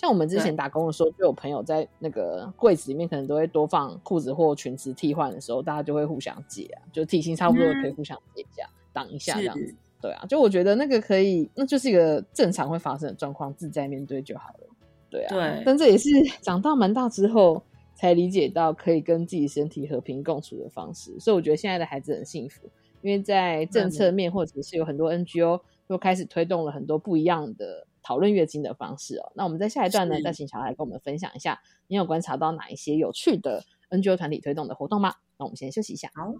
像我们之前打工的时候，就有朋友在那个柜子里面可能都会多放裤子或裙子替换的时候，大家就会互相借啊，就体型差不多的可以互相借一下，挡一下这样子。对啊，就我觉得那个可以，那就是一个正常会发生的状况，自在面对就好了。对啊，对。但这也是长大蛮大之后才理解到可以跟自己身体和平共处的方式，所以我觉得现在的孩子很幸福，因为在政策面或者是有很多 NGO 都开始推动了很多不一样的讨论月经的方式哦。那我们在下一段呢，再请小孩跟我们分享一下，你有观察到哪一些有趣的 NGO 团体推动的活动吗？那我们先休息一下。好。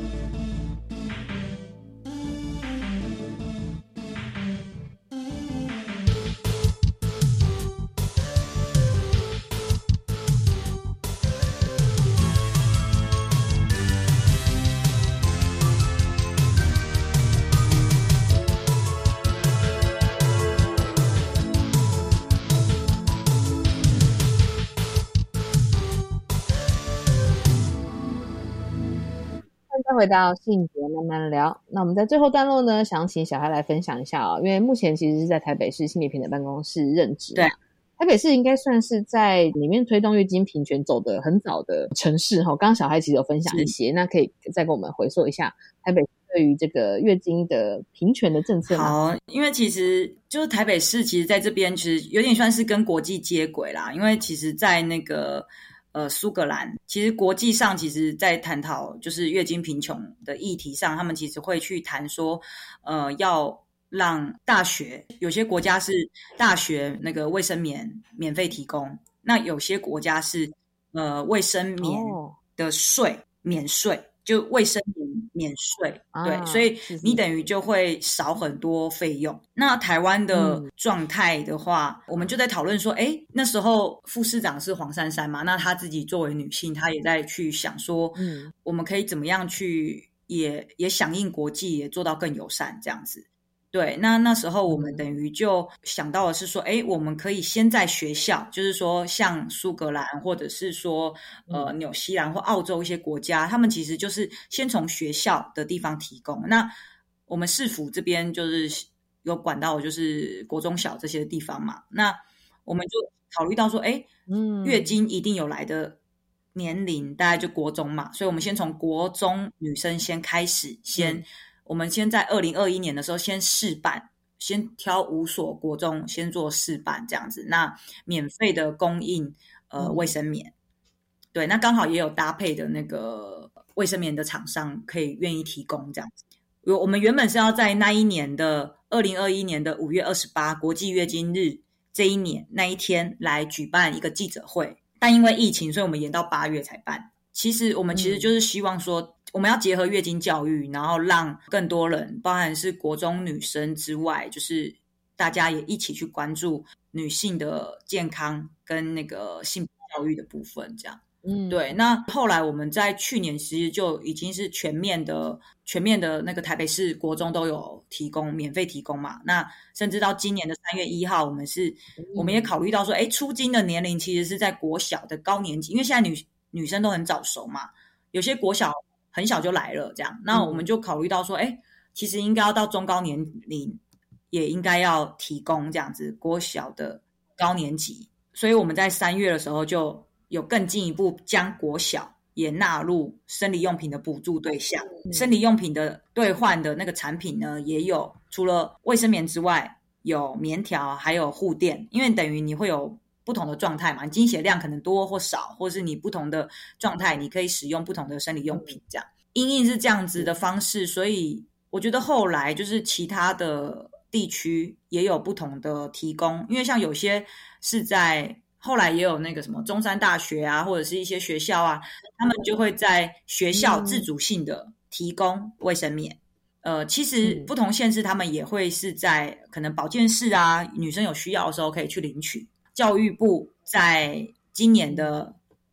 再回到性别慢慢聊，那我们在最后段落呢，想请小孩来分享一下因为目前其实是在台北市性别平等办公室任职。对，台北市应该算是在里面推动月经平权走得很早的城市刚刚小孩其实有分享一些，那可以再跟我们回溯一下台北市对于这个月经的平权的政策吗？ 好，因为其实就是台北市其实在这边其实有点算是跟国际接轨啦，因为其实在那个苏格兰，其实国际上其实在探讨就是月经贫穷的议题上，他们其实会去谈说要让大学，有些国家是大学那个卫生棉免费提供，那有些国家是卫生棉的税免税，就卫生棉免税，对，所以你等于就会少很多费用。那台湾的状态的话，我们就在讨论说，那时候副市长是黄珊珊嘛，那她自己作为女性，她也在去想说，我们可以怎么样去也响应国际，也做到更友善这样子。对，那时候我们等于就想到的是说，我们可以先在学校，就是说像苏格兰或者是说纽西兰或澳洲一些国家，他们其实就是先从学校的地方提供。那我们市府这边就是有管到就是国中小这些地方嘛，那我们就考虑到说，月经一定有来的年龄大概就国中嘛，所以我们先从国中女生先开始，我们先在2021年的时候先试办，先挑5所国中先做试办这样子，那免费的供应卫生棉，对，那刚好也有搭配的那个卫生棉的厂商可以愿意提供这样子。我们原本是要在那一年的2021年的5月28国际月经日这一年那一天来举办一个记者会，但因为疫情，所以我们延到8月才办。我们其实就是希望说，我们要结合月经教育，然后让更多人，包含是国中女生之外，就是大家也一起去关注女性的健康跟那个性教育的部分这样。对，那后来我们在去年其实就已经是全面的那个台北市国中都有提供，免费提供嘛。那甚至到今年的3月1号，我们也考虑到说，出经的年龄其实是在国小的高年级，因为现在女生都很早熟嘛，有些国小很小就来了这样。那我们就考虑到说，其实应该要到中高年龄也应该要提供这样子国小的高年级，所以我们在3月的时候就有更进一步将国小也纳入生理用品的补助对象。生理用品的兑换的那个产品呢，也有除了卫生棉之外，有棉条还有护垫，因为等于你会有不同的状态嘛，经血量可能多或少，或是你不同的状态你可以使用不同的生理用品这样。因应是这样子的方式，所以我觉得后来就是其他的地区也有不同的提供，因为像有些是在后来也有那个什么中山大学啊，或者是一些学校啊，他们就会在学校自主性的提供卫生棉。其实不同县市他们也会是在可能保健室啊，女生有需要的时候可以去领取。教育部在今年的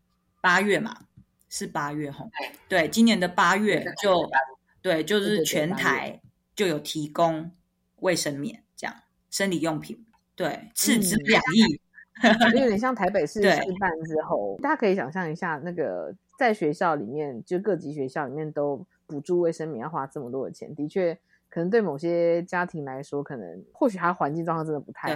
8月嘛，是8月齁，对，今年的8月就是全台就有提供卫生棉这样生理用品，对，斥资2亿。 有点像台北市示范之后，大家可以想象一下，那个在学校里面，就各级学校里面都补助卫生棉要花这么多的钱，的确可能对某些家庭来说，可能或许他环境状况真的不太好，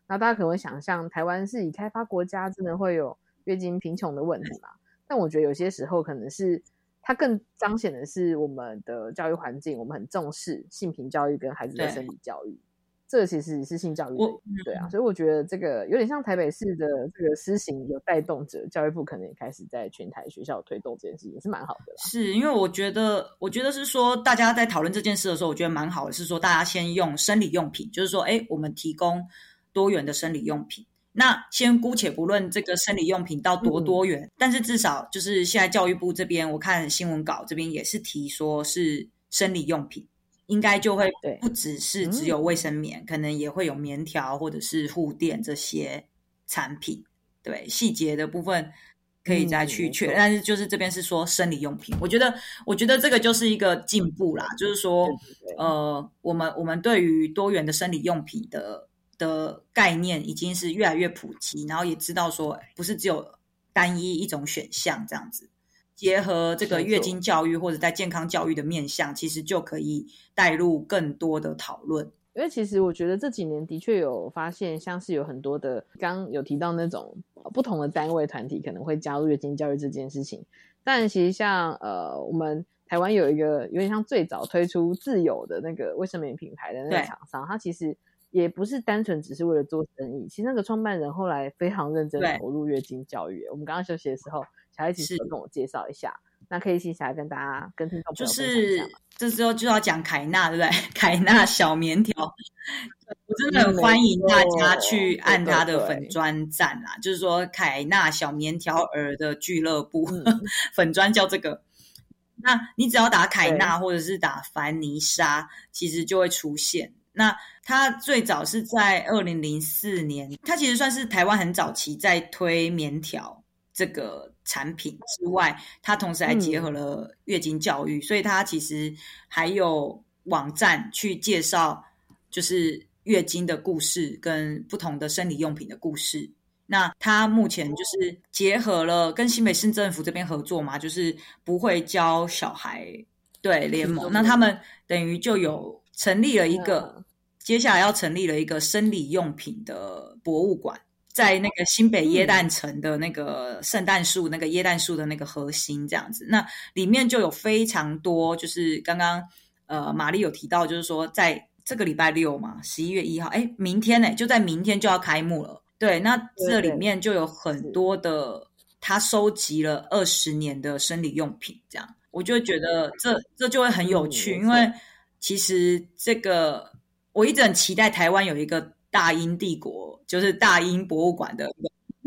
然后大家可能会想象台湾是已开发国家，真的会有月经贫穷的问题嘛？但我觉得有些时候可能是它更彰显的是我们的教育环境，我们很重视性平教育跟孩子的生理教育。这个其实是性教育的，对啊，所以我觉得这个有点像台北市的这个施行有带动者，教育部可能也开始在全台学校推动这件事情，也是蛮好的啦。 是因为我觉得是说大家在讨论这件事的时候，我觉得蛮好的，是说大家先用生理用品，就是说我们提供多元的生理用品。那先姑且不论这个生理用品到多元，但是至少就是现在教育部这边，我看新闻稿这边也是提说是生理用品，应该就会不只是只有卫生棉，可能也会有棉条或者是护垫这些产品。对，细节的部分可以再去确认，但是就是这边是说生理用品，我觉得这个就是一个进步啦，就是说我们对于多元的生理用品的概念已经是越来越普及，然后也知道说不是只有单一一种选项这样子，结合这个月经教育或者在健康教育的面向，其实就可以带入更多的讨论。 因为其实我觉得这几年的确有发现，像是有很多的刚有提到那种不同的单位团体可能会加入月经教育这件事情，但其实像我们台湾有一个有点像最早推出自有的那个卫生棉品牌的那个厂商，它其实也不是单纯只是为了做生意，其实那个创办人后来非常认真投入月经教育。我们刚刚休息的时候，小孩其实跟我介绍一下，那可以接下来跟大家跟听众朋友分享一下吗？ 这时候就要讲凯纳，对不对？凯纳小棉条，我真的很欢迎大家去按他的粉专赞啦，就是说凯纳小棉条儿的俱乐部，粉专叫这个。那你只要打凯纳或者是打凡妮莎，其实就会出现。那它最早是在2004年，它其实算是台湾很早期在推棉条这个产品之外，它同时还结合了月经教育，所以它其实还有网站去介绍就是月经的故事跟不同的生理用品的故事。那它目前就是结合了跟新北市政府这边合作嘛，就是不会教小孩对联盟，那他们等于就有成立了一个接下来要成立了一个生理用品的博物馆，在那个新北耶诞城的那个圣诞树那个耶诞树的那个核心这样子。那里面就有非常多，就是刚刚玛丽有提到，就是说在这个礼拜六嘛，11月1号，明天就在明天就要开幕了。对，那这里面就有很多的，他收集了20年的生理用品，这样我就觉得这就会很有趣，因为其实这个我一直很期待台湾有一个大英帝国，就是大英博物馆的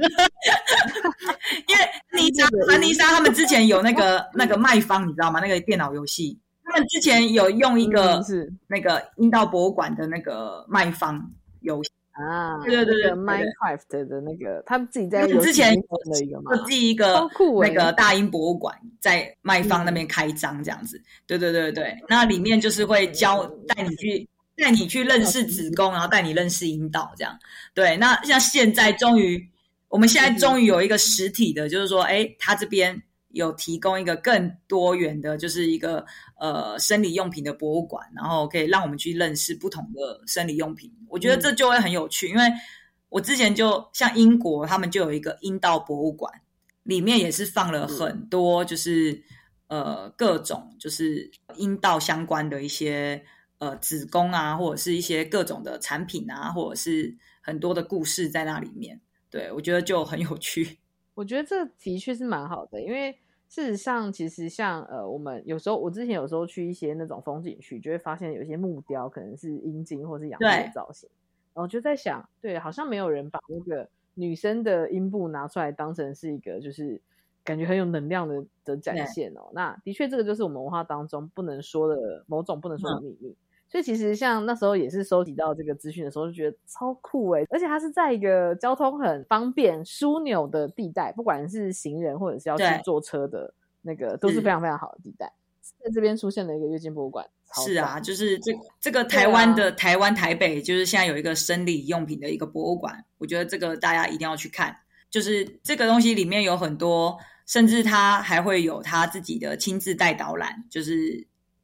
因为凡妮莎他们之前有那个卖方，你知道吗？那个电脑游戏，他们之前有用一个那个阴道博物馆的那个卖方游戏啊， 对 ，Minecraft 的那个，他们自己在之前的一个嘛， 设计一个那个大英博物馆在卖方那边开张这样子，对，那里面就是会带你去认识子宫，然后带你认识阴道这样，对，那像我们现在终于有一个实体的，就是说，他这边有提供一个更多元的，就是一个生理用品的博物馆，然后可以让我们去认识不同的生理用品。我觉得这就会很有趣，因为我之前就像英国，他们就有一个阴道博物馆，里面也是放了很多就是各种就是阴道相关的一些子宫啊，或者是一些各种的产品啊，或者是很多的故事在那里面。对，我觉得就很有趣。 我觉得这的确是蛮好的，因为事实上其实像我之前有时候去一些那种风景区，就会发现有一些木雕可能是阴茎或是阳具的造型，然后就在想，对，好像没有人把那个女生的阴部拿出来当成是一个就是感觉很有能量的展现哦。那的确这个就是我们文化当中不能说的某种不能说的秘密。所以其实像那时候也是收集到这个资讯的时候就觉得超酷而且它是在一个交通很方便枢纽的地带，不管是行人或者是要去坐车的那个都是非常非常好的地带，在这边出现了一个月经博物馆。 是啊，就是这个台湾的台北就是现在有一个生理用品的一个博物馆，我觉得这个大家一定要去看，就是这个东西里面有很多，甚至他还会有他自己的亲自带导览，就是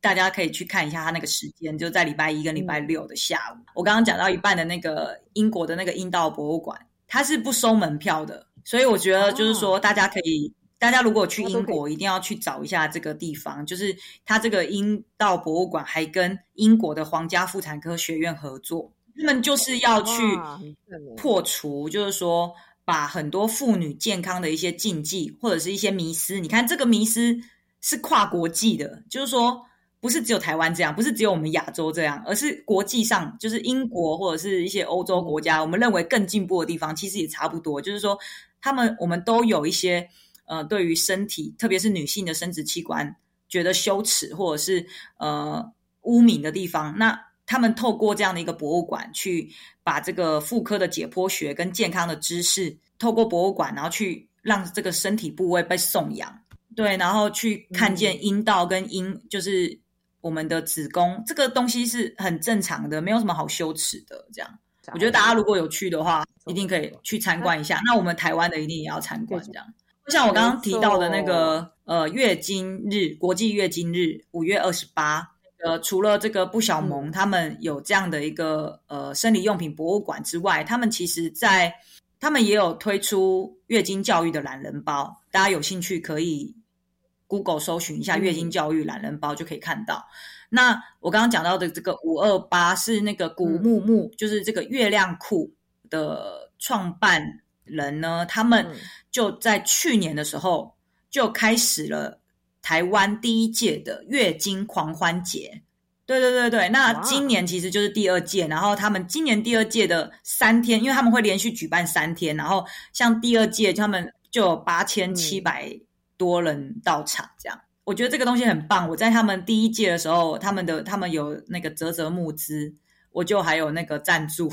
大家可以去看一下它那个时间，就在礼拜1跟礼拜6的下午。我刚刚讲到一半的那个英国的那个阴道博物馆，它是不收门票的，所以我觉得就是说大家如果去英国一定要去找一下这个地方，就是它这个阴道博物馆还跟英国的皇家妇产科学院合作，他们就是要去破除，就是说把很多妇女健康的一些禁忌或者是一些迷思，你看这个迷思是跨国际的，就是说不是只有台湾这样，不是只有我们亚洲这样，而是国际上就是英国或者是一些欧洲国家我们认为更进步的地方其实也差不多，就是说我们都有一些对于身体特别是女性的生殖器官觉得羞耻或者是污名的地方，那他们透过这样的一个博物馆去把这个妇科的解剖学跟健康的知识透过博物馆然后去让这个身体部位被颂扬，对，然后去看见阴道跟就是我们的子宫这个东西是很正常的，没有什么好羞耻的这样。我觉得大家如果有去的话一定可以去参观一下，那我们台湾的一定也要参观这样。就像我刚刚提到的那个月经日，国际月经日5月28，除了这个不小盟他们有这样的一个生理用品博物馆之外，他们其实他们也有推出月经教育的懒人包，大家有兴趣可以 Google 搜寻一下月经教育懒人包就可以看到。那我刚刚讲到的这个528是那个古木木，就是这个月亮裤的创办人呢，他们就在去年的时候就开始了台湾第1届的月经狂欢节。对，那今年其实就是第2届，然后他们今年第2届的3天，因为他们会连续举办3天，然后像第2届他们就有8700多人到场这样。我觉得这个东西很棒，我在他们第1届的时候他们有那个嘖募资，我就还有那个赞助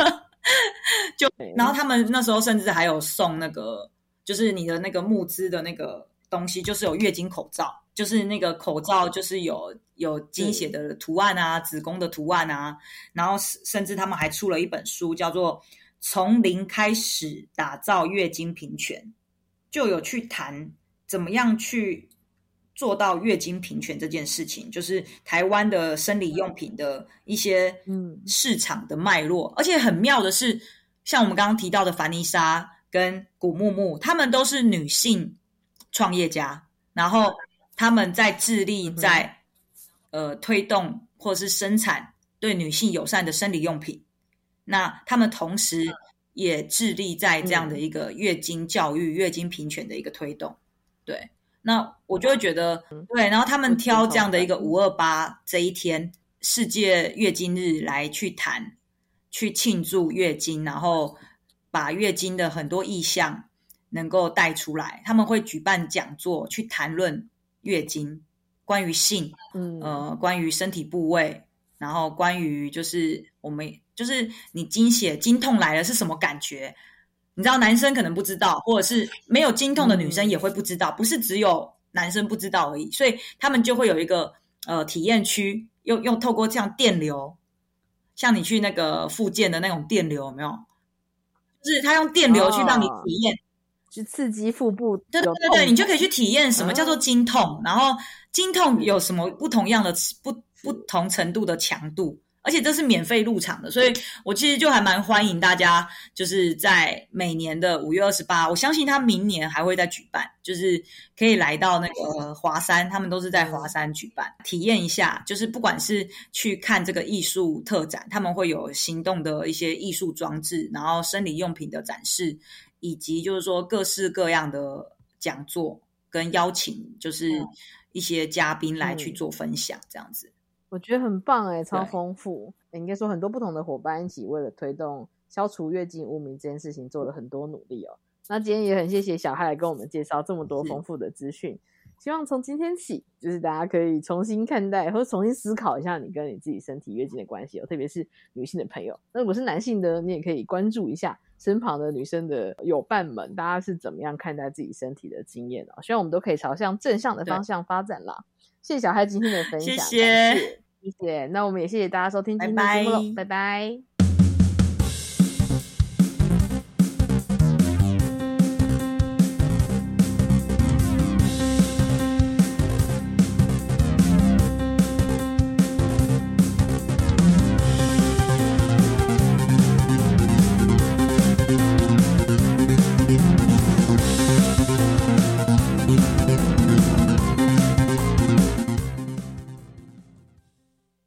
然后他们那时候甚至还有送那个就是你的那个募资的那个东西，就是有月经口罩，就是那个口罩就是有经血的图案啊，子宫的图案啊，然后甚至他们还出了一本书叫做从零开始打造月经平权，就有去谈怎么样去做到月经平权这件事情，就是台湾的生理用品的一些市场的脉络。而且很妙的是，像我们刚刚提到的凡妮莎跟古木木，他们都是女性创业家，然后他们在致力在推动或是生产对女性友善的生理用品，那他们同时也致力在这样的一个月经教育、月经平权的一个推动。对，那我就会觉得对，然后他们挑这样的一个528这一天世界月经日来去谈，去庆祝月经，然后把月经的很多意象能够带出来。他们会举办讲座去谈论月经，关于性，关于身体部位，然后关于就是就是你经血经痛来了是什么感觉，你知道男生可能不知道，或者是没有经痛的女生也会不知道，不是只有男生不知道而已，所以他们就会有一个体验区，用透过这样电流，像你去那个复健的那种电流有没有，就是他用电流去让你体验， 去刺激腹部， 对，你就可以去体验什么叫做经痛，然后经痛有什么不同样的不同程度的强度，而且这是免费入场的，所以我其实就还蛮欢迎大家，就是在每年的5月28，我相信他明年还会再举办，就是可以来到那个华山，他们都是在华山举办，体验一下，就是不管是去看这个艺术特展，他们会有行动的一些艺术装置，然后生理用品的展示，以及就是说各式各样的讲座跟邀请，就是一些嘉宾来去做分享这样子。 我觉得很棒耶，超丰富。应该说很多不同的伙伴一起为了推动消除月经污名这件事情做了很多努力哦。那今天也很谢谢小嗨来跟我们介绍这么多丰富的资讯，希望从今天起就是大家可以重新看待或者重新思考一下你跟你自己身体月经的关系哦，特别是女性的朋友。那如果是男性的，你也可以关注一下身旁的女生的友伴们，大家是怎么样看待自己身体的经验哦。希望我们都可以朝向正向的方向发展啦。谢谢小嗨今天的分享，谢谢。那我们也谢谢大家收听今天的节目咯，拜拜。